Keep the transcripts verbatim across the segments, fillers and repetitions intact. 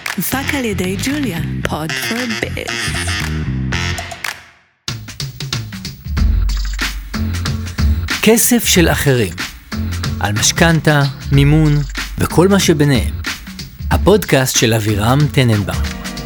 מופק על ידי ג'וליה, pod for biz. כסף של אחרים, על משכנתה, מימון וכל מה שביניהם. הפודקאסט של אבירם טננבאום.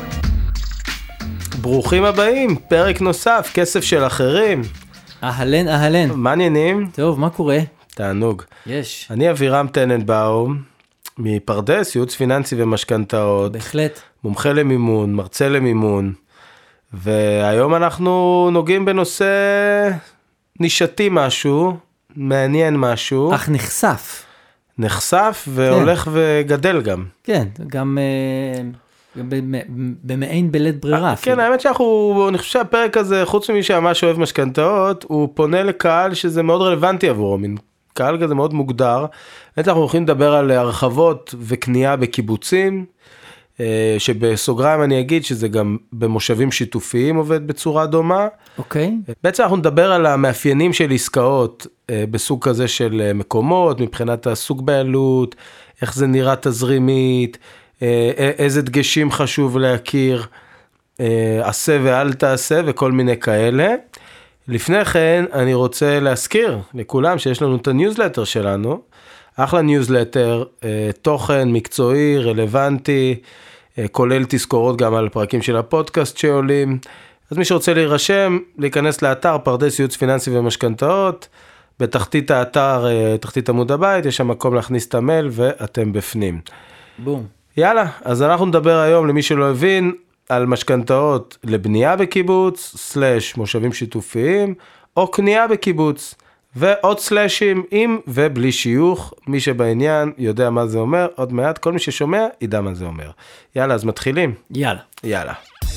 ברוכים הבאים, פרק נוסף, כסף של אחרים. אהלן, אהלן. מה עניינים? טוב, מה קורה? תענוג. יש. אני אבירם טננבאום, מפרדס, ייעוץ פיננסי ומשכנתאות. בהחלט. מומחה למימון, מרצה למימון. והיום אנחנו נוגעים בנושא נישתי משהו, מעניין משהו. אך נחשף. נחשף והולך כן. וגדל גם. כן, גם... גם במעין בלית ברירה. כן, האמת שאנחנו, אני חושב שהפרק הזה, חוץ ממי שממש אוהב משכנתאות, הוא פונה לקהל שזה מאוד רלוונטי עבורו, מין קהל כזה מאוד מוגדר. באמת אנחנו הולכים לדבר על הרחבות וקנייה בקיבוצים, שבסוגריים אני אגיד שזה גם במושבים שיתופיים עובד בצורה דומה. אוקיי. בעצם אנחנו נדבר על המאפיינים של עסקאות בסוג כזה של מקומות, מבחינת הסוג בעלות, איך זה נראה תזרימית, איזה דגשים חשוב להכיר, עשה ואל תעשה וכל מיני כאלה. לפני כן אני רוצה להזכיר לכולם שיש לנו את הניוזלטר שלנו, אחלה ניוזלטר, תוכן מקצועי, רלוונטי, כולל תזכורות גם על פרקים של הפודקאסט שעולים. אז מי שרוצה להירשם, להיכנס לאתר פרדס ייעוץ פיננסי ומשכנתאות, בתחתית האתר, תחתית עמוד הבית, יש שם מקום להכניס את המייל ואתם בפנים. בום. יאללה, אז אנחנו נדבר היום למי שלא הבין על משכנתאות לבנייה בקיבוץ, סלש מושבים שיתופיים, או קנייה בקיבוץ, ועוד סלשים עם ובלי שיוך, מי שבעניין יודע מה זה אומר, עוד מעט כל מי ששומע ידע מה זה אומר. יאללה, אז מתחילים? יאללה. יאללה.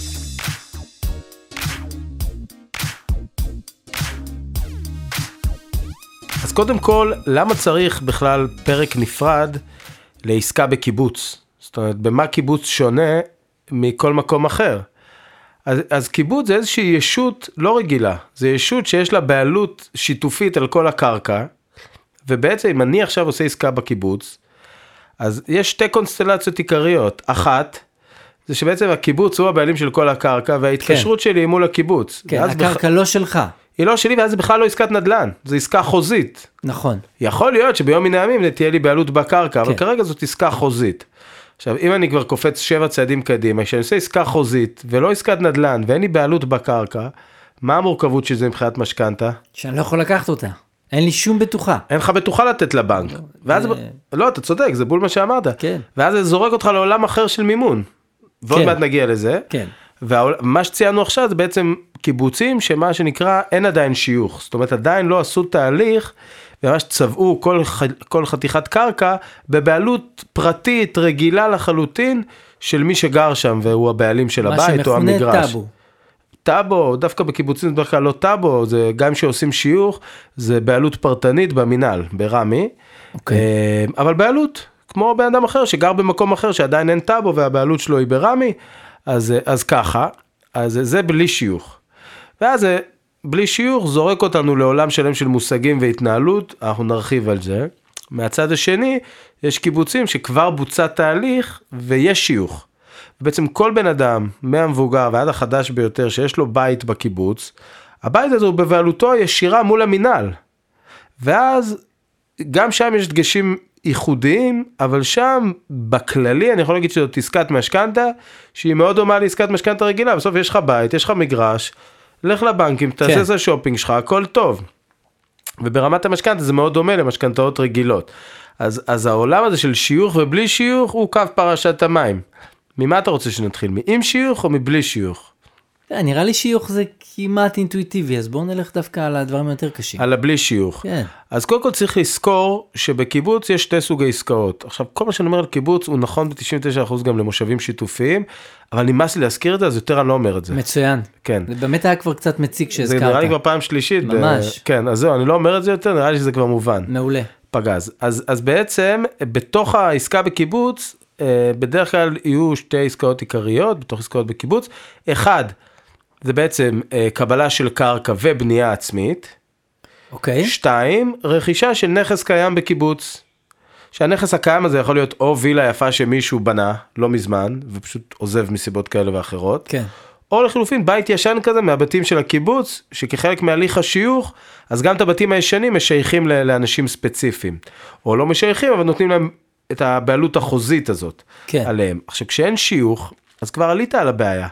אז קודם כל, למה צריך בכלל פרק נפרד לעסקה בקיבוץ? זאת אומרת, במה קיבוץ שונה מכל מקום אחר? אז, אז קיבוץ זה איזושהי ישות לא רגילה. זה ישות שיש לה בעלות שיתופית על כל הקרקע, ובעצם אם אני עכשיו עושה עסקה בקיבוץ, אז יש שתי קונסטלציות עיקריות. אחת, זה שבעצם הקיבוץ הוא הבעלים של כל הקרקע, וההתקשרות כן. שלי היא מול הקיבוץ. כן, הקרקע בח... לא שלך. היא לא שלי, ואז זה בכלל לא עסקת נדל"ן, זה עסקה חוזית. נכון. יכול להיות שביום מן הימים תהיה לי בעלות בקרקע, כן. אבל כרגע זאת עסקה חוזית. עכשיו, אם אני כבר קופץ שבע צעדים קדימה, כשאני עושה עסקה חוזית, ולא עסקת נדל"ן, ואין לי בעלות בקרקע, מה המורכבות של זה מבחינת משכנתה? שאני לא יכול לקחת אותה. אין לי שום בטוחה. אין לך בטוחה לתת לבנק. ואז, לא, אתה צודק, זה בול מה שאמרת. כן. ואז זה זורק אותך לעולם אחר של מימון. ועוד מעט נגיע לזה. כן. ומה שציינו עכשיו זה בעצם קיבוצים, שמה שנקרא, אין עדיין שיוך. זאת אומרת, עדיין לא עשו תהליך, ממש צבעו כל, כל חתיכת קרקע, בבעלות פרטית, רגילה לחלוטין, של מי שגר שם, והוא הבעלים של הבית או המגרש. מה שמכונה טאבו. טאבו, דווקא בקיבוצים זה בכלל לא טאבו, זה גם שעושים שיוך, זה בעלות פרטנית במינהל, ברמי. אוקיי. אבל בעלות, כמו בן אדם אחר, שגר במקום אחר, שעדיין אין טאבו, והבעלות שלו היא ברמי, אז, אז ככה, אז זה בלי שיוך. ואז זה, בלי שיוך, זורק אותנו לעולם שלם של מושגים והתנהלות, אנחנו נרחיב על זה. מהצד השני, יש קיבוצים שכבר בוצע תהליך, ויש שיוך. ובעצם כל בן אדם, מהמבוגר ועד החדש ביותר, שיש לו בית בקיבוץ, הבית הזה הוא בבעלותו הישירה מול המינהל. ואז, גם שם יש דגשים ייחודיים, אבל שם בכללי, אני יכול להגיד שזאת עסקת משכנתה, שהיא מאוד דומה לעסקת משכנתה רגילה, בסוף יש לך בית, יש לך מגרש, לך לבנקים, תעשה כן. את השופינג שלך, הכל טוב. וברמת המשכנתה זה מאוד דומה למשכנתאות רגילות. אז, אז העולם הזה של שיוך ובלי שיוך, הוא קו פרשת המים. ממה אתה רוצה שנתחיל? עם שיוך או מבלי שיוך? נראה לי שיוך זה כמעט אינטואיטיבי, אז בואו נלך דווקא על הדברים היותר קשים. על הבלי שיוך. כן. אז קודם כל צריך לזכור שבקיבוץ יש שתי סוגי עסקאות. עכשיו, כל מה שאני אומר על קיבוץ הוא נכון ב-תשעים ותשעה אחוז גם למושבים שיתופיים, אבל נמאס לי להזכיר את זה, אז יותר אני לא אומר את זה. מצוין. כן. זה באמת היה כבר קצת מציק שהזכרת. זה נראה לי כבר פעם שלישית. ממש. ב... כן, אז זהו, אני לא אומר את זה יותר, נראה לי שזה כבר מובן. מעולה. פגז. אז, אז בעצם, בתוך העסקה בקיבוץ, בדרך כלל יהיו שתי עסקאות עיקריות, בתוך עסקאות בקיבוץ. אחד, זה בעצם קבלה של קרקע ובנייה עצמית. אוקיי. שתיים, רכישה של נכס קיים בקיבוץ. שהנכס הקיים הזה יכול להיות או וילה יפה שמישהו בנה, לא מזמן, ופשוט עוזב מסיבות כאלה ואחרות. כן. או לחילופין, בית ישן כזה מהבתים של הקיבוץ, שכחלק מהליך השיוך, אז גם את הבתים הישנים משייכים לאנשים ספציפיים. או לא משייכים, אבל נותנים להם את הבעלות החוזית הזאת כן. עליהם. עכשיו, כשאין שיוך, אז כבר עלית על הבעיה.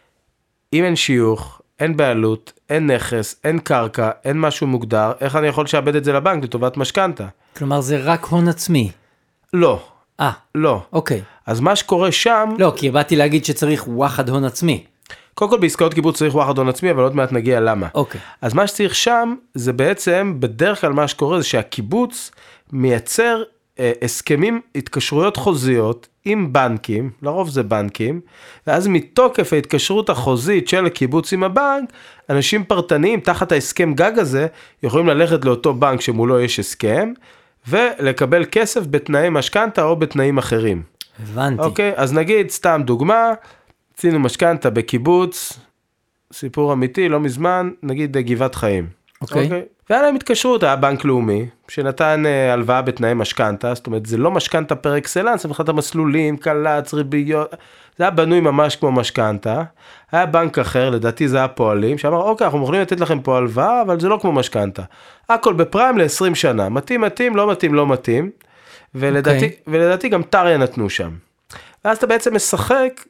אם אין שיוך, אין בעלות, אין נכס, אין קרקע, אין משהו מוגדר, איך אני יכול לשעבד את זה לבנק לטובת משכנתה? כלומר, זה רק הון עצמי. לא. אה, לא. אוקיי. אז מה שקורה שם... לא, כי באתי להגיד שצריך וואחד הון עצמי. קודם כל בעסקאות קיבוץ צריך וואחד הון עצמי, אבל עוד מעט נגיע למה. אוקיי. אז מה שצריך שם, זה בעצם, בדרך כלל מה שקורה, זה שהקיבוץ מייצר אה, הסכמים, התקשרויות חוזיות עם בנקים, לרוב זה בנקים, ואז מתוקף ההתקשרות החוזית של הקיבוץ עם הבנק, אנשים פרטניים תחת ההסכם גג הזה, יכולים ללכת לאותו בנק שמולו יש הסכם, ולקבל כסף בתנאי משכנתה או בתנאים אחרים. הבנתי. אוקיי, אז נגיד, סתם דוגמה, עשינו משכנתה בקיבוץ, סיפור אמיתי, לא מזמן, נגיד גבעת חיים. אוקיי. אוקיי? והיה להם התקשרות, היה בנק לאומי, שנתן uh, הלוואה בתנאי משכנתה, זאת אומרת, זה לא משכנתה פר אקסלנס, אבל אחד המסלולים, קלץ, ריביות, זה היה בנוי ממש כמו משכנתה, היה בנק אחר, לדעתי זה היה פועלים, שאמר, אוקיי, אנחנו יכולים לתת לכם פה הלוואה, אבל זה לא כמו משכנתה. הכל בפריים ל-עשרים שנה, מתאים, מתאים, לא מתאים, לא מתאים, ולדעתי, okay. ולדעתי גם טריה נתנו שם. ואז אתה בעצם משחק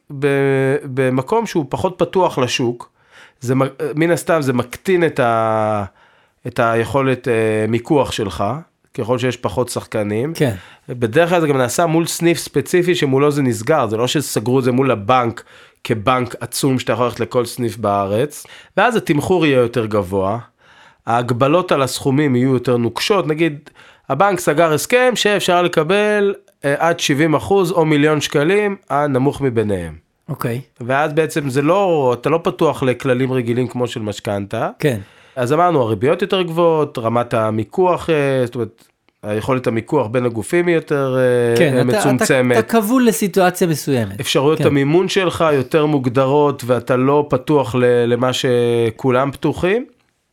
במקום שהוא פחות פתוח לשוק, זה, מן הסתם זה מקטין את, ה, את היכולת מיקוח שלך, ככל שיש פחות שחקנים. כן. בדרך כלל זה גם נעשה מול סניף ספציפי שמולו זה נסגר, זה לא שסגרו את זה מול הבנק כבנק עצום שאתה יכול ללכת לכל סניף בארץ, ואז התמחור יהיה יותר גבוה, ההגבלות על הסכומים יהיו יותר נוקשות, נגיד הבנק סגר הסכם שאפשר לקבל עד שבעים אחוז או מיליון שקלים, הנמוך מביניהם. אוקיי. ואז בעצם זה לא, אתה לא פתוח לכללים רגילים כמו של משכנתה. כן. אז אמרנו, הריביות יותר גבוהות, רמת המיקוח, זאת אומרת, היכולת המיקוח בין הגופים היא יותר כן, מצומצמת. אתה, אתה כבול לסיטואציה מסוימת. אפשרויות כן. המימון שלך יותר מוגדרות, ואתה לא פתוח למה שכולם פתוחים.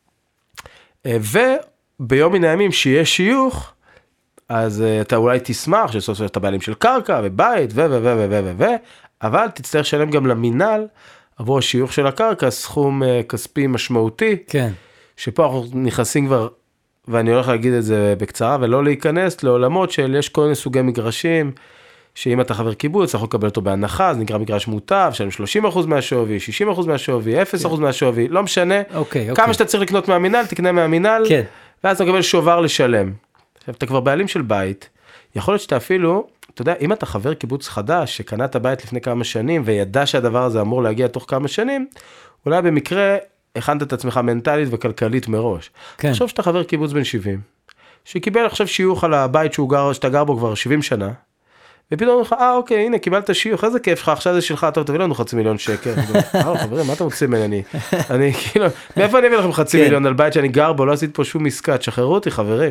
וביום מן הימים שיש שיוך, אז אתה אולי תשמח שסוף סוף אתה בעלים של קרקע ובית ו ו ו ו ו ו אבל תצטרך לשלם גם למינהל עבור השיוך של הקרקע סכום כספי משמעותי. כן. שפה אנחנו נכנסים כבר, ואני הולך להגיד את זה בקצרה, ולא להיכנס לעולמות של יש כל מיני סוגי מגרשים, שאם אתה חבר קיבוץ, אתה יכול לקבל אותו בהנחה, זה נקרא מגרש מוטב, שלם שלושים אחוז מהשווי, שישים אחוז מהשווי, אפס אחוז מהשווי, לא משנה. אוקיי, כמה אוקיי. שאתה צריך לקנות מהמינהל, תקנה מהמינהל, כן. ואז אתה מקבל שובר לשלם. עכשיו, אתה כבר בעלים של בית, יכול להיות שאתה אפילו, אתה יודע, אם אתה חבר קיבוץ חדש, שקנה את הבית לפני כמה שנים, וידע שהדבר הזה אמור להגיע תוך כמה שנים, אולי במקרה הכנת את עצמך מנטלית וכלכלית מראש. כן. עכשיו שאתה חבר קיבוץ בן שבעים, שקיבל עכשיו שיוך על הבית שהוא גר, שאתה גר בו כבר שבעים שנה, ופתאום אומר לך, אה, אוקיי, הנה, קיבלת שיוך, איזה כיף לך, עכשיו זה שלך, טוב, תביא לנו חצי מיליון שקל. אה, חברים, מה אתם רוצים ממני? אני, כאילו, מאיפה אני אביא לכם חצי מיליון על בית שאני גר בו, לא עשיתי פה שום עסקה, תשחררו אותי, חברים.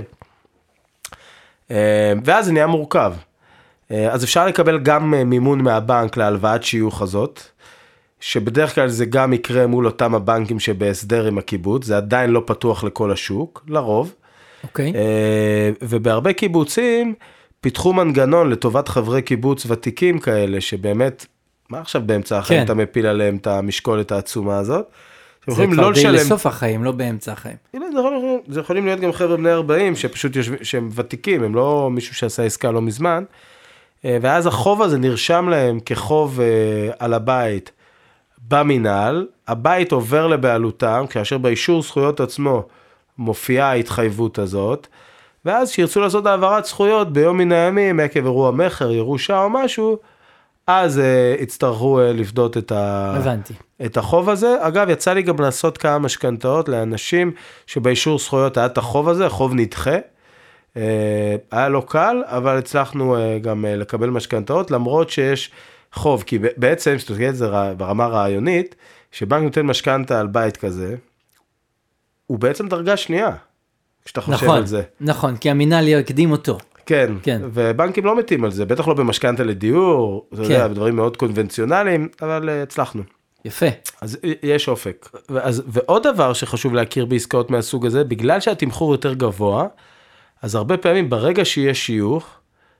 ואז זה נהיה מורכב. אז אפשר לקבל גם מימון מהבנק להלוואת שיוך הזאת, שבדרך כלל זה גם יקרה מול אותם הבנקים שבהסדר עם הקיבוץ, זה עדיין לא פתוח לכל השוק, לרוב. אוקיי. ובהרבה קיבוצים פיתחו מנגנון לטובת חברי קיבוץ ותיקים כאלה, שבאמת, מה עכשיו באמצע החיים אתה מפיל עליהם את המשקולת העצומה הזאת? זה כבר די לסוף החיים, לא באמצע החיים. זה יכולים להיות גם חבר'ה בני ארבעים, שפשוט יושבים, שהם ותיקים, הם לא מישהו שעשה עסקה לא מזמן, ואז החוב הזה נרשם להם כחוב על הבית במינהל, הבית עובר לבעלותם, כאשר באישור זכויות עצמו מופיעה ההתחייבות הזאת, ואז שירצו לעשות העברת זכויות ביום מן הימים, עקב אירוע מחר, ירושה או משהו, אז uh, הצטרכו uh, לפדות את, ה... את החוב הזה. אגב, יצא לי גם לעשות כמה משכנתאות לאנשים שבאישור זכויות היה את החוב הזה, החוב נדחה. Uh, היה לא קל, אבל הצלחנו uh, גם uh, לקבל משכנתאות, למרות שיש חוב, כי בעצם, שתגיד את זה ברמה רעיונית, שבנק נותן משכנתה על בית כזה, הוא בעצם דרגה שנייה, כשאתה חושב נכון, על זה. נכון, כי המינהל יקדים אותו. כן, כן, ובנקים לא מתים על זה, בטח לא במשכנתה לדיור, זה כן. יודע, דברים מאוד קונבנציונליים, אבל uh, הצלחנו. יפה. אז יש אופק. ואז, ועוד דבר שחשוב להכיר בעסקאות מהסוג הזה, בגלל שהתמחור יותר גבוה, אז הרבה פעמים ברגע שיש שיוך,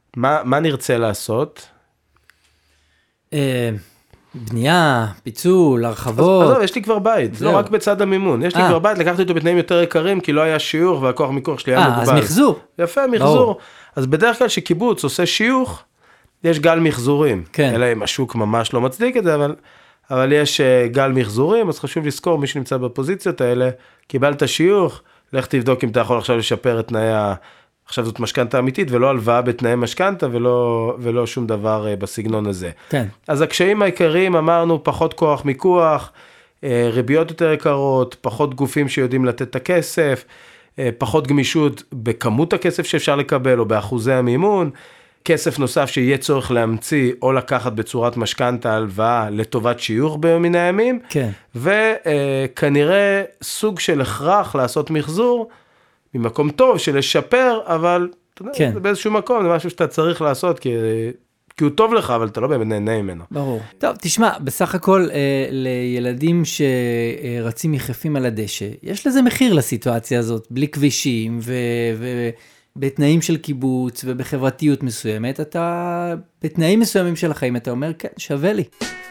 מה, מה נרצה לעשות? אה, בנייה, פיצול, הרחבות. אז, עזוב, יש לי כבר בית, זהו. לא רק בצד המימון. יש לי אה. כבר בית, לקחתי אותו בתנאים יותר יקרים, כי לא היה שיוך, והכוח מיקוח שלי היה אה, מוגבל. אז מחזור. יפה, מחזור. אז בדרך כלל שקיבוץ עושה שיוך, יש גל מחזורים. כן. אלא אם השוק ממש לא מצדיק את זה, אבל, אבל יש uh, גל מחזורים, אז חשוב לזכור, מי שנמצא בפוזיציות האלה, קיבלת שיוך, לך תבדוק אם אתה יכול עכשיו לשפר את תנאי ה... עכשיו זאת משכנתה אמיתית, ולא הלוואה בתנאי משכנתה, ולא, ולא שום דבר uh, בסגנון הזה. כן. אז הקשיים העיקריים, אמרנו, פחות כוח מיקוח, uh, ריביות יותר יקרות, פחות גופים שיודעים לתת את הכסף, uh, פחות גמישות בכמות הכסף שאפשר לקבל, או באחוזי המימון, כסף נוסף שיהיה צורך להמציא, או לקחת בצורת משכנתה הלוואה, לטובת שיוך ביום מן הימים, כן. וכנראה סוג של הכרח לעשות מחזור, ממקום טוב של לשפר, אבל אתה יודע, כן. זה באיזשהו מקום, זה משהו שאתה צריך לעשות, כי, כי הוא טוב לך, אבל אתה לא באמת נהנה ממנו. ברור. טוב, תשמע, בסך הכל אה, לילדים שרצים יחפים על הדשא, יש לזה מחיר לסיטואציה הזאת, בלי כבישים ובתנאים של קיבוץ ובחברתיות מסוימת, אתה בתנאים מסוימים של החיים, אתה אומר, כן, שווה לי.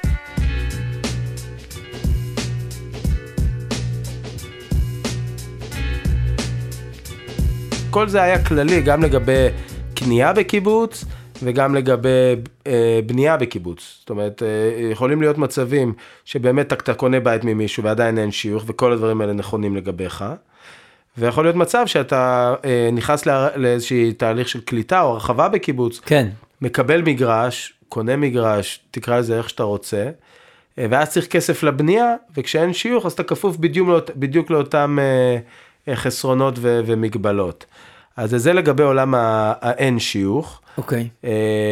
כל זה היה כללי גם לגבי קנייה בקיבוץ, וגם לגבי אה, בנייה בקיבוץ. זאת אומרת, אה, יכולים להיות מצבים שבאמת אתה קונה בית ממישהו ועדיין אין שיוך, וכל הדברים האלה נכונים לגביך. ויכול להיות מצב שאתה אה, נכנס לא, לאיזושהי תהליך של קליטה או הרחבה בקיבוץ. כן. מקבל מגרש, קונה מגרש, תקרא לזה איך שאתה רוצה, אה, ואז צריך כסף לבנייה, וכשאין שיוך אז אתה כפוף בדיוק, לאות, בדיוק לאותם אה, חסרונות ו, ומגבלות. אז זה לגבי עולם האין שיוך. אוקיי. Okay.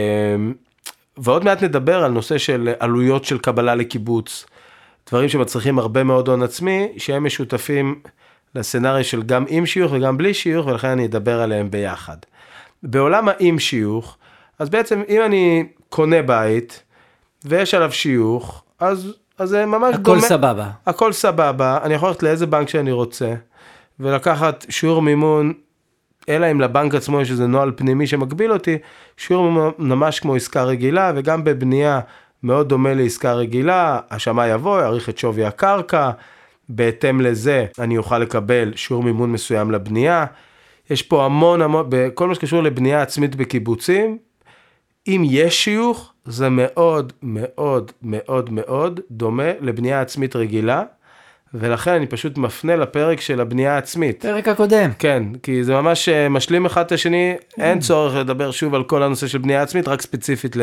ועוד מעט נדבר על נושא של עלויות של קבלה לקיבוץ, דברים שמצריכים הרבה מאוד הון עצמי, שהם משותפים לסצנריה של גם עם שיוך וגם בלי שיוך, ולכן אני אדבר עליהם ביחד. בעולם האם שיוך, אז בעצם אם אני קונה בית, ויש עליו שיוך, אז, אז זה ממש הכל דומה. הכל סבבה. הכל סבבה, אני יכול ללכת לאיזה בנק שאני רוצה, ולקחת שיעור מימון, אלא אם לבנק עצמו יש איזה נוהל פנימי שמקביל אותי, שיעור ממש כמו עסקה רגילה, וגם בבנייה מאוד דומה לעסקה רגילה, השמאי יבוא, יעריך את שווי הקרקע, בהתאם לזה אני אוכל לקבל שיעור מימון מסוים לבנייה, יש פה המון המון, בכל מה שקשור לבנייה עצמית בקיבוצים, אם יש שיוך, זה מאוד מאוד מאוד מאוד דומה לבנייה עצמית רגילה, ולכן אני פשוט מפנה לפרק של הבנייה העצמית. פרק הקודם. כן, כי זה ממש משלים אחד את השני, אין צורך לדבר שוב על כל הנושא של בנייה עצמית, רק ספציפית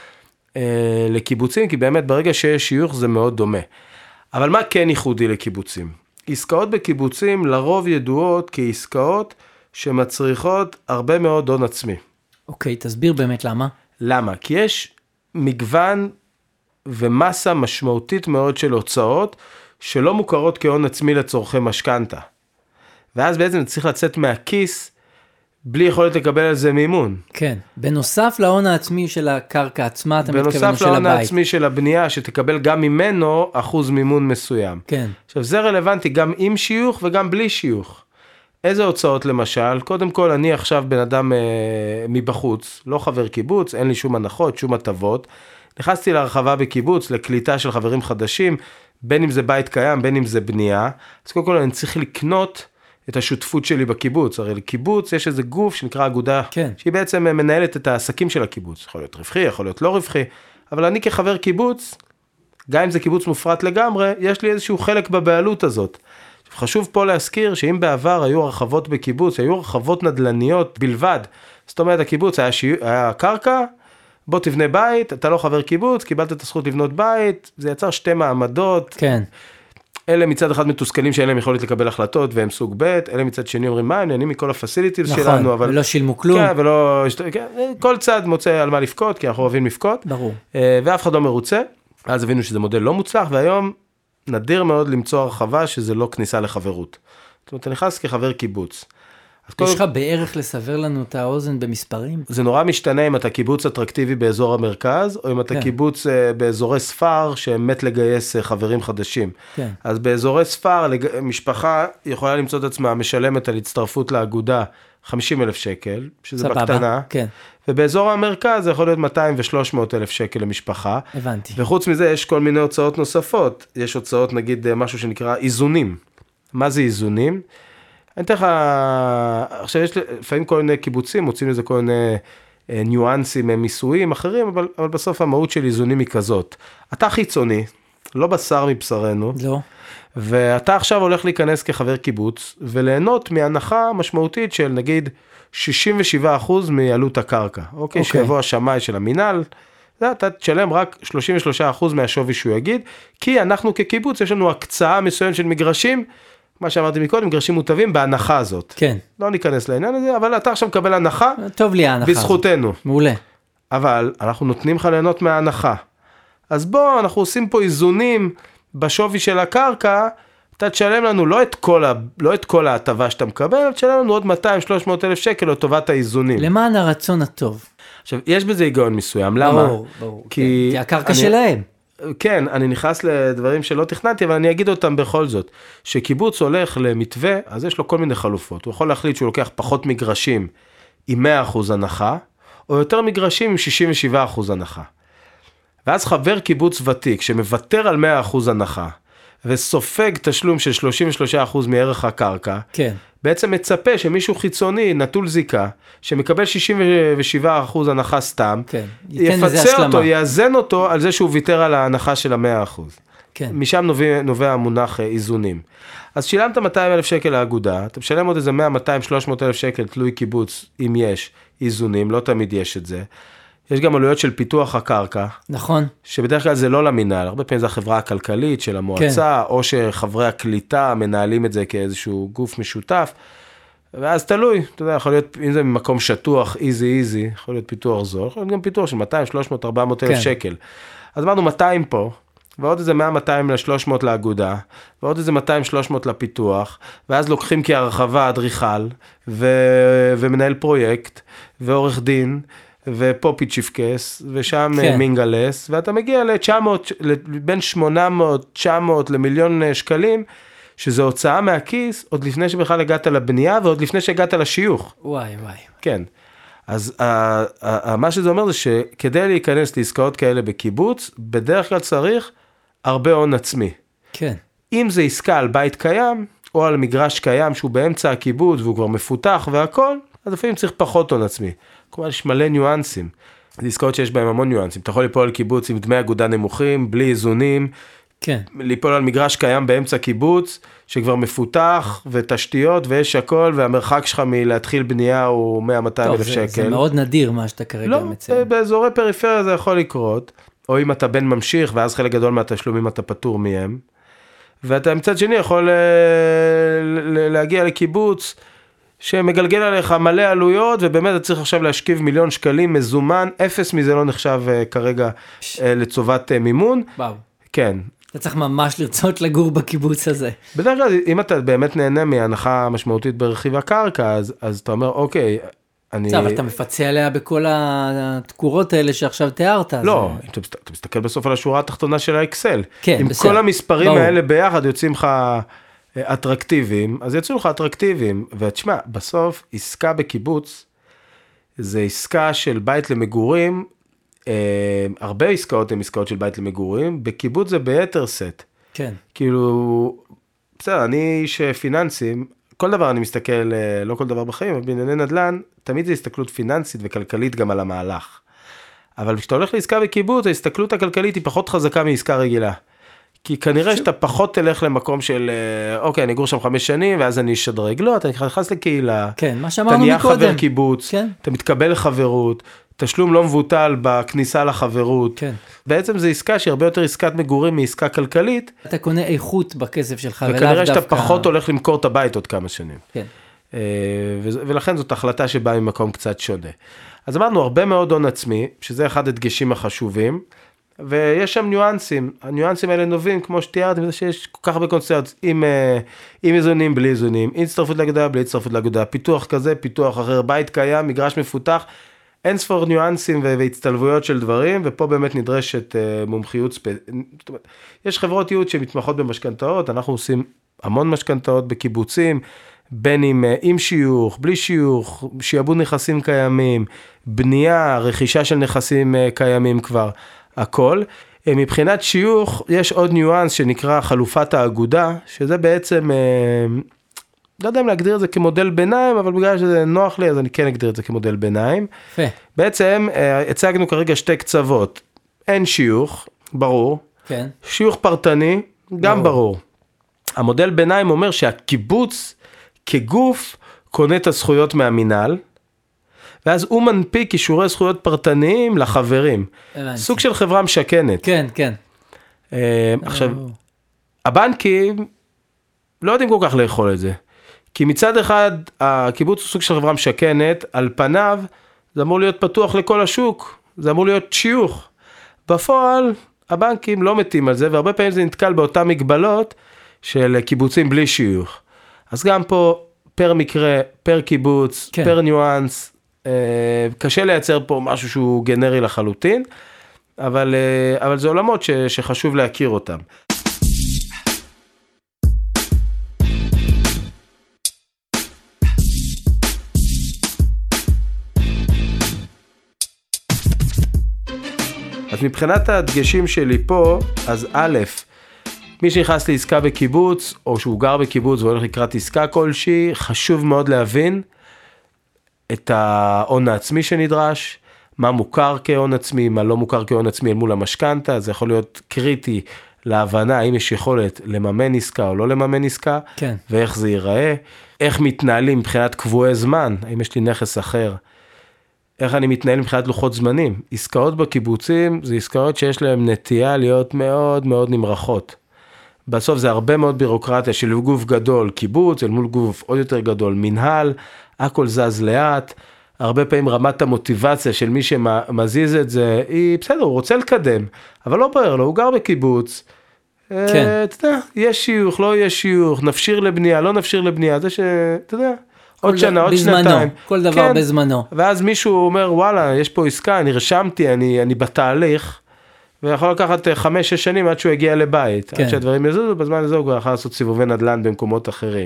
לקיבוצים, כי באמת ברגע שיש שיוך זה מאוד דומה. אבל מה כן ייחודי לקיבוצים? עסקאות בקיבוצים לרוב ידועות כעסקאות שמצריכות הרבה מאוד הון עצמי. אוקיי, תסביר באמת למה. למה? כי יש מגוון ומסה משמעותית מאוד של הוצאות, שלא מוכרות כהון עצמי לצורכי משכנתה. ואז בעצם צריך לצאת מהכיס, בלי יכולת לקבל על זה מימון. כן, בנוסף להון העצמי של הקרקע עצמה, אתה מתכוון של הבית. בנוסף להון העצמי של הבנייה, שתקבל גם ממנו אחוז מימון מסוים. כן. עכשיו, זה רלוונטי גם עם שיוך וגם בלי שיוך. איזה הוצאות למשל? קודם כל, אני עכשיו בן אדם אה, מבחוץ, לא חבר קיבוץ, אין לי שום הנחות, שום הטבות. נכנסתי להרחבה בקיבוץ, לקליטה של חברים חדשים, בין אם זה בית קיים, בין אם זה בנייה. אז קודם כל אני צריך לקנות את השותפות שלי בקיבוץ. הרי לקיבוץ יש איזה גוף שנקרא אגודה, כן. שהיא בעצם מנהלת את העסקים של הקיבוץ. יכול להיות רווחי, יכול להיות לא רווחי, אבל אני כחבר קיבוץ, גם אם זה קיבוץ מופרט לגמרי, יש לי איזשהו חלק בבעלות הזאת. חשוב פה להזכיר שאם בעבר היו הרחבות בקיבוץ, היו הרחבות נדלניות בלבד. זאת אומרת, הקיבוץ היה, שי... היה קרקע, בוא תבנה בית, אתה לא חבר קיבוץ, קיבלת את הזכות לבנות בית, זה יצר שתי מעמדות. כן. אלה מצד אחד מתוסכלים שאין להם יכולת לקבל החלטות, והם סוג ב', אלה מצד שני אומרים, מה, נהנים מכל הפסיליטיז נכון, שלנו, אבל... ולא שילמו כלום. כן, ולא... כן, כל צד מוצא על מה לפקוד, כי אנחנו אוהבים לפקוד. ברור. ואף אחד לא מרוצה. אז הבינו שזה מודל לא מוצלח, והיום נדיר מאוד למצוא הרחבה שזה לא כניסה לחברות. זאת אומרת, אתה נכנס כחבר קיבוץ. יש לך בערך לסבר לנו את האוזן במספרים? זה נורא משתנה אם אתה קיבוץ אטרקטיבי באזור המרכז, או אם אתה כן. קיבוץ באזורי ספר שמת לגייס חברים חדשים. כן. אז באזורי ספר, משפחה יכולה למצוא את עצמה, משלמת על הצטרפות לאגודה חמישים אלף שקל, שזה סבבה, בקטנה. כן. ובאזור המרכז זה יכול להיות מאתיים ושלוש מאות אלף שקל למשפחה. הבנתי. וחוץ מזה יש כל מיני הוצאות נוספות. יש הוצאות, נגיד, משהו שנקרא איזונים. מה זה איזונים? אני אתן לך, עכשיו יש לפעמים כל מיני קיבוצים, מוצאים לזה כל מיני ניואנסים, מיסויים אחרים, אבל, אבל בסוף המהות של איזונים היא כזאת. אתה חיצוני, לא בשר מבשרנו. לא. ואתה עכשיו הולך להיכנס כחבר קיבוץ, וליהנות מהנחה משמעותית של נגיד שישים ושבעה אחוז מעלות הקרקע. אוקיי, okay. שיבוא השמאי של המינהל, אתה תשלם רק שלושים ושלושה אחוז מהשווי שהוא יגיד, כי אנחנו כקיבוץ יש לנו הקצאה מסוים של מגרשים, מה שאמרתי מקודם, מגרשים מוטבים בהנחה הזאת. כן. לא ניכנס לעניין הזה, אבל אתה עכשיו מקבל הנחה. טוב לי ההנחה. בזכותנו. הזאת. מעולה. אבל אנחנו נותנים לך ליהנות מההנחה. אז בוא, אנחנו עושים פה איזונים בשווי של הקרקע, אתה תשלם לנו לא את כל, ה... לא את כל ההטבה שאתה מקבל, אבל תשלם לנו עוד מאתיים שלוש מאות אלף שקל לטובת האיזונים. למען הרצון הטוב. עכשיו, יש בזה היגיון מסוים, למה? ברור, ברור. כי, כן, כי הקרקע אני... שלהם. כן, אני נכנס לדברים שלא תכננתי, אבל אני אגיד אותם בכל זאת. שקיבוץ הולך למתווה, אז יש לו כל מיני חלופות. הוא יכול להחליט שהוא לוקח פחות מגרשים עם מאה אחוז הנחה, או יותר מגרשים עם שישים ושבעה אחוז הנחה. ואז חבר קיבוץ ותיק שמוותר על מאה אחוז הנחה, וסופג תשלום של שלושים ושלושה אחוז מערך הקרקע, כן. בעצם מצפה שמישהו חיצוני, נטול זיקה, שמקבל שישים ושבעה אחוז הנחה סתם, כן. יפצה אותו, יאזן אותו על זה שהוא ויתר על ההנחה של ה-מאה אחוז. כן. משם נובע, נובע המונח איזונים. אז שילמת מאתיים אלף שקל לאגודה, אתה משלם עוד איזה מאה, מאתיים, שלוש מאות אלף שקל, תלוי קיבוץ, אם יש איזונים, לא תמיד יש את זה. יש גם עלויות של פיתוח הקרקע. נכון. שבדרך כלל זה לא למינהל, הרבה פעמים זה החברה הכלכלית של המועצה, כן. או שחברי הקליטה מנהלים את זה כאיזשהו גוף משותף, ואז תלוי, אתה יודע, יכול להיות, אם זה ממקום שטוח, איזי איזי, יכול להיות פיתוח זול, יכול להיות גם פיתוח של מאתיים, שלוש מאות, ארבע מאות אלף שקל. אז אמרנו מאתיים פה, ועוד איזה מאה, מאתיים ל-שלוש מאות לאגודה, ועוד איזה מאתיים, שלוש מאות לפיתוח, ואז לוקחים כהרחבה אדריכל, ו- ומנהל פרויקט, ועורך דין, ופה פיצ'יפקס, ושם כן. מינגלס, ואתה מגיע ל-תשע מאות, בין שמונה מאות, תשע מאות למיליון שקלים, שזה הוצאה מהכיס, עוד לפני שבכלל הגעת לבנייה, ועוד לפני שהגעת לשיוך. וואי וואי. כן. אז ה- ה- ה- מה שזה אומר זה שכדי להיכנס לעסקאות כאלה בקיבוץ, בדרך כלל צריך הרבה הון עצמי. כן. אם זה עסקה על בית קיים, או על מגרש קיים שהוא באמצע הקיבוץ, והוא כבר מפותח והכל, אז לפעמים צריך פחות הון עצמי. כלומר, יש מלא ניואנסים. זה עסקאות שיש בהם המון ניואנסים. אתה יכול ליפול על קיבוץ עם דמי אגודה נמוכים, בלי איזונים. כן. ליפול על מגרש קיים באמצע קיבוץ, שכבר מפותח, ותשתיות, ויש הכל, והמרחק שלך מלהתחיל בנייה הוא מאה מאתיים אלף שקל. זה מאוד נדיר מה שאתה כרגע מציין. לא, באזורי פריפריה זה יכול לקרות. או אם אתה בן ממשיך, ואז חלק גדול מהתשלומים אתה פטור מהם. ואתה מצד שני יכול להגיע לקיבוץ, שמגלגל עליך מלא עלויות, ובאמת אתה צריך עכשיו להשכיב מיליון שקלים מזומן, אפס מזה לא נחשב כרגע לצובת מימון. וואו. כן. אתה צריך ממש לרצות לגור בקיבוץ הזה. בדרך כלל, אם אתה באמת נהנה מהנחה משמעותית ברכיב הקרקע, אז, אז אתה אומר, אוקיי, אני... אבל אתה מפצה עליה בכל התקורות האלה שעכשיו תיארת. לא, זה... אתה מסתכל בסוף על השורה התחתונה של האקסל. כן, עם בסדר. כל המספרים ברור. האלה ביחד יוצאים לך אטרקטיביים, אז יצאו לך אטרקטיביים, ותשמע, בסוף עסקה בקיבוץ, זה עסקה של בית למגורים, אה, הרבה עסקאות הן עסקאות של בית למגורים, בקיבוץ זה ביתר סט. כן. כאילו, בסדר, אני איש פיננסים, כל דבר אני מסתכל, לא כל דבר בחיים, אבל בענייני נדל"ן, תמיד זה הסתכלות פיננסית וכלכלית גם על המהלך. אבל כשאתה הולך לעסקה בקיבוץ, ההסתכלות הכלכלית היא פחות חזקה מעסקה רגילה. כי כנראה שאתה פחות תלך למקום של, אוקיי, אני אגור שם חמש שנים, ואז אני אשדרג. לא, אתה נכנס לקהילה, כן, מה שאמרנו אתה נהיה מקודם. חבר קיבוץ, כן. אתה מתקבל לחברות, תשלום לא מבוטל בכניסה לחברות. כן. בעצם זה עסקה שהיא הרבה יותר עסקת מגורים מעסקה כלכלית. אתה קונה איכות בכסף שלך. וכנראה שאתה פחות הולך למכור את הבית עוד כמה שנים. כן. ולכן זאת החלטה שבאה ממקום קצת שונה. אז אמרנו הרבה מאוד הון עצמי, שזה אחד הדגשים החשובים, ויש שם ניואנסים, הניואנסים האלה נובעים, כמו שתיארתי, מזה שיש כל כך הרבה קונסטלציות, עם, עם איזונים, בלי איזונים, הצטרפות לאגודה, בלי הצטרפות לאגודה, פיתוח כזה, פיתוח אחר, בית קיים, מגרש מפותח, אין ספור ניואנסים והצטלבויות של דברים, ופה באמת נדרשת מומחיות ספציפית. יש חברות ייעוץ שמתמחות במשכנתאות, אנחנו עושים המון משכנתאות בקיבוצים, בין אם עם שיוך, בלי שיוך, שיעבוד נכסים קיימים, בנייה, רכישה של נכסים קיימים כבר, הכל. מבחינת שיוך, יש עוד ניואנס שנקרא חלופת האגודה, שזה בעצם, לא יודע אם להגדיר את זה כמודל ביניים, אבל בגלל שזה נוח לי, אז אני כן אגדיר את זה כמודל ביניים. פה. בעצם, הצגנו כרגע שתי קצוות, אין שיוך, ברור. כן. שיוך פרטני, גם ברור. ברור. המודל ביניים אומר שהקיבוץ כגוף קונה את הזכויות מהמינהל, ואז הוא מנפיק אישורי זכויות פרטניים לחברים. סוג של חברה משכנת. כן, כן. עכשיו, הבנקים לא יודעים כל כך לאכול את זה. כי מצד אחד, הקיבוץ הוא סוג של חברה משכנת, על פניו, זה אמור להיות פתוח לכל השוק, זה אמור להיות שיוך. בפועל, הבנקים לא מתים על זה, והרבה פעמים זה נתקל באותן מגבלות של קיבוצים בלי שיוך. אז גם פה, פר מקרה, פר קיבוץ, כן. פר ניואנס, קשה לייצר פה משהו שהוא גנרי לחלוטין, אבל, אבל זה עולמות ש, שחשוב להכיר אותם. אז מבחינת הדגשים שלי פה, אז א', מי שנכנס לעסקה בקיבוץ, או שהוא גר בקיבוץ והולך לקראת עסקה כלשהי, חשוב מאוד להבין את ההון העצמי שנדרש, מה מוכר כהון עצמי, מה לא מוכר כהון עצמי אל מול המשכנתא, זה יכול להיות קריטי להבנה האם יש יכולת לממן עסקה או לא לממן עסקה, כן. ואיך זה ייראה, איך מתנהלים מבחינת קבועי זמן, האם יש לי נכס אחר, איך אני מתנהל מבחינת לוחות זמנים. עסקאות בקיבוצים זה עסקאות שיש להן נטייה להיות מאוד מאוד נמרחות. בסוף זה הרבה מאוד בירוקרטיה של גוף גדול, קיבוץ, אל מול גוף עוד יותר גדול, מנהל, הכל זז לאט, הרבה פעמים רמת המוטיבציה של מי שמזיז את זה, היא בסדר, הוא רוצה לקדם, אבל לא בער לו, הוא גר בקיבוץ, כן. אתה יודע, יש שיוך, לא יש שיוך, נפשיר לבנייה, לא נפשיר לבנייה, זה שאתה יודע, עוד שנה, עוד שנתיים. כל דבר כן. בזמנו. ואז מישהו אומר, וואלה, יש פה עסקה, אני רשמתי, אני, אני בתהליך, ויכול לקחת חמש, שש שנים עד שהוא יגיע לבית, כן. עד שהדברים יזוזו, בזמן הזה הוא כבר יכול לעשות סיבובי נדל"ן במקומות אחרים.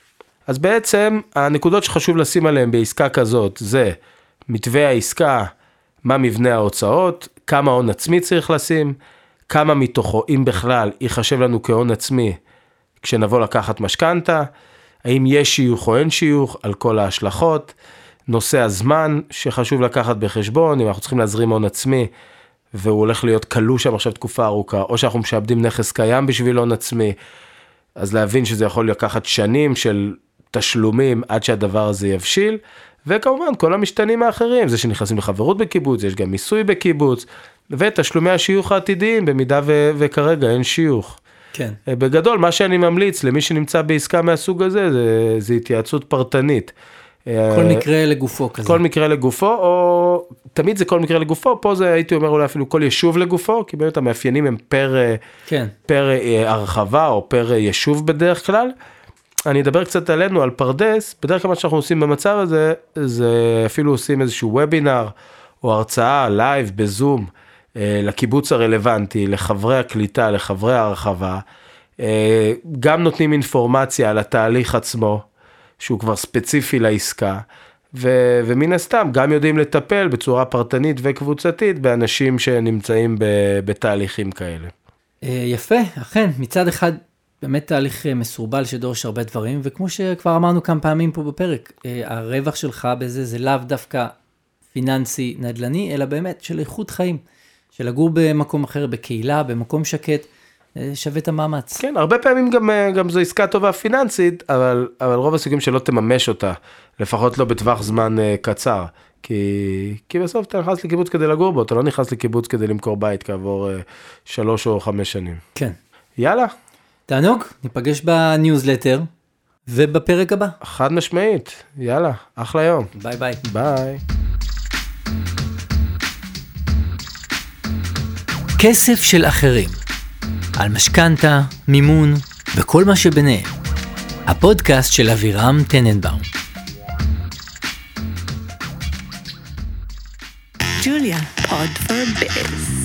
אז בעצם, הנקודות שחשוב לשים עליהן בעסקה כזאת, זה מתווה העסקה, מה מבנה ההוצאות, כמה הון עצמי צריך לשים, כמה מתוכו, אם בכלל, ייחשב לנו כהון עצמי, כשנבוא לקחת משכנתא, האם יש שיוך או אין שיוך, על כל ההשלכות, נושא הזמן שחשוב לקחת בחשבון, אם אנחנו צריכים להזרים הון עצמי, והוא הולך להיות קלוש שם עכשיו תקופה ארוכה, או שאנחנו משעבדים נכס קיים בשביל הון עצמי, אז להבין שזה יכול לקחת שנים של תשלומים עד שהדבר הזה יבשיל, וכמובן כל המשתנים האחרים, זה שנכנסים לחברות בקיבוץ, יש גם מיסוי בקיבוץ, ותשלומי השיוך העתידיים, במידה ו- וכרגע אין שיוך. כן. בגדול, מה שאני ממליץ למי שנמצא בעסקה מהסוג הזה, זה, זה התייעצות פרטנית. כל מקרה לגופו כזה. כל מקרה לגופו, או תמיד זה כל מקרה לגופו, פה זה הייתי אומר אולי אפילו כל יישוב לגופו, כי באמת המאפיינים הם פר, כן. פר הרחבה, או פר יישוב בדרך כלל. אני אדבר קצת עלינו, על פרדס, בדרך כלל מה שאנחנו עושים במצב הזה, זה אפילו עושים איזשהו וובינר, או הרצאה, לייב, בזום, לקיבוץ הרלוונטי, לחברי הקליטה, לחברי הרחבה, גם נותנים אינפורמציה על התהליך עצמו, שהוא כבר ספציפי לעסקה, ו- ומן הסתם גם יודעים לטפל בצורה פרטנית וקבוצתית, באנשים שנמצאים ב- בתהליכים כאלה. יפה, אכן, מצד אחד, באמת תהליך מסורבל שדורש הרבה דברים, וכמו שכבר אמרנו כמה פעמים פה בפרק, הרווח שלך בזה זה לאו דווקא פיננסי נדל"ני, אלא באמת של איכות חיים, של לגור במקום אחר, בקהילה, במקום שקט, שווה את המאמץ. כן, הרבה פעמים גם, גם זו עסקה טובה פיננסית, אבל, אבל רוב הסיכויים שלא תממש אותה, לפחות לא בטווח זמן קצר, כי, כי בסוף אתה נכנס לקיבוץ כדי לגור בו, אתה לא נכנס לקיבוץ כדי למכור בית כעבור שלוש או חמש שנים. כן. יאללה. תענוג, ניפגש בניוזלטר ובפרק הבא. חד משמעית, יאללה, אחלה יום. ביי ביי. ביי. כסף של אחרים. על משכנתה, מימון וכל מה שביניהם. הפודקאסט של אבירם טננבאום. ג'וליה, pod for biz.